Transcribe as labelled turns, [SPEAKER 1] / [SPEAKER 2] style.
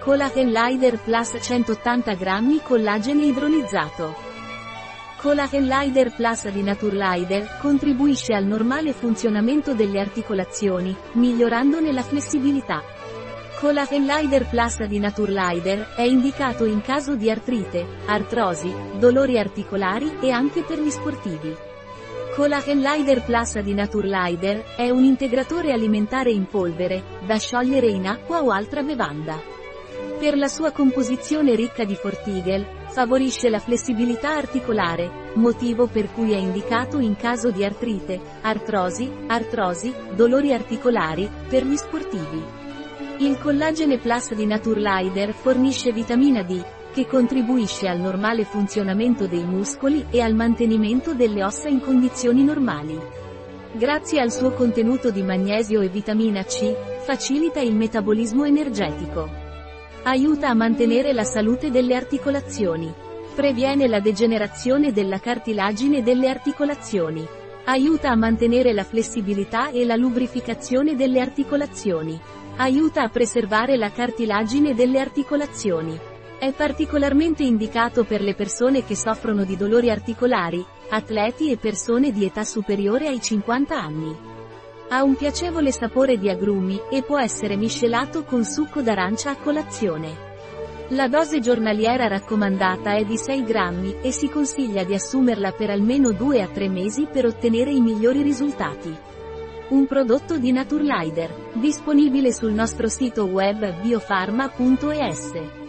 [SPEAKER 1] Collagen Lider Plus 180 grammi collagene idrolizzato. Collagen Lider Plus di Naturelider contribuisce al normale funzionamento delle articolazioni, migliorandone la flessibilità. Collagen Lider Plus di Naturelider è indicato in caso di artrite, artrosi, dolori articolari e anche per gli sportivi. Collagen Lider Plus di Naturelider è un integratore alimentare in polvere, da sciogliere in acqua o altra bevanda. Per la sua composizione ricca di Fortigel, favorisce la flessibilità articolare, motivo per cui è indicato in caso di artrite, artrosi, dolori articolari, per gli sportivi. Il Collagene Plus di Naturelider fornisce vitamina D, che contribuisce al normale funzionamento dei muscoli e al mantenimento delle ossa in condizioni normali. Grazie al suo contenuto di magnesio e vitamina C, facilita il metabolismo energetico. Aiuta a mantenere la salute delle articolazioni. Previene la degenerazione della cartilagine delle articolazioni. Aiuta a mantenere la flessibilità e la lubrificazione delle articolazioni. Aiuta a preservare la cartilagine delle articolazioni. È particolarmente indicato per le persone che soffrono di dolori articolari, atleti e persone di età superiore ai 50 anni. Ha un piacevole sapore di agrumi, e può essere miscelato con succo d'arancia a colazione. La dose giornaliera raccomandata è di 6 grammi, e si consiglia di assumerla per almeno 2 a 3 mesi per ottenere i migliori risultati. Un prodotto di Naturelider, disponibile sul nostro sito web biofarma.es.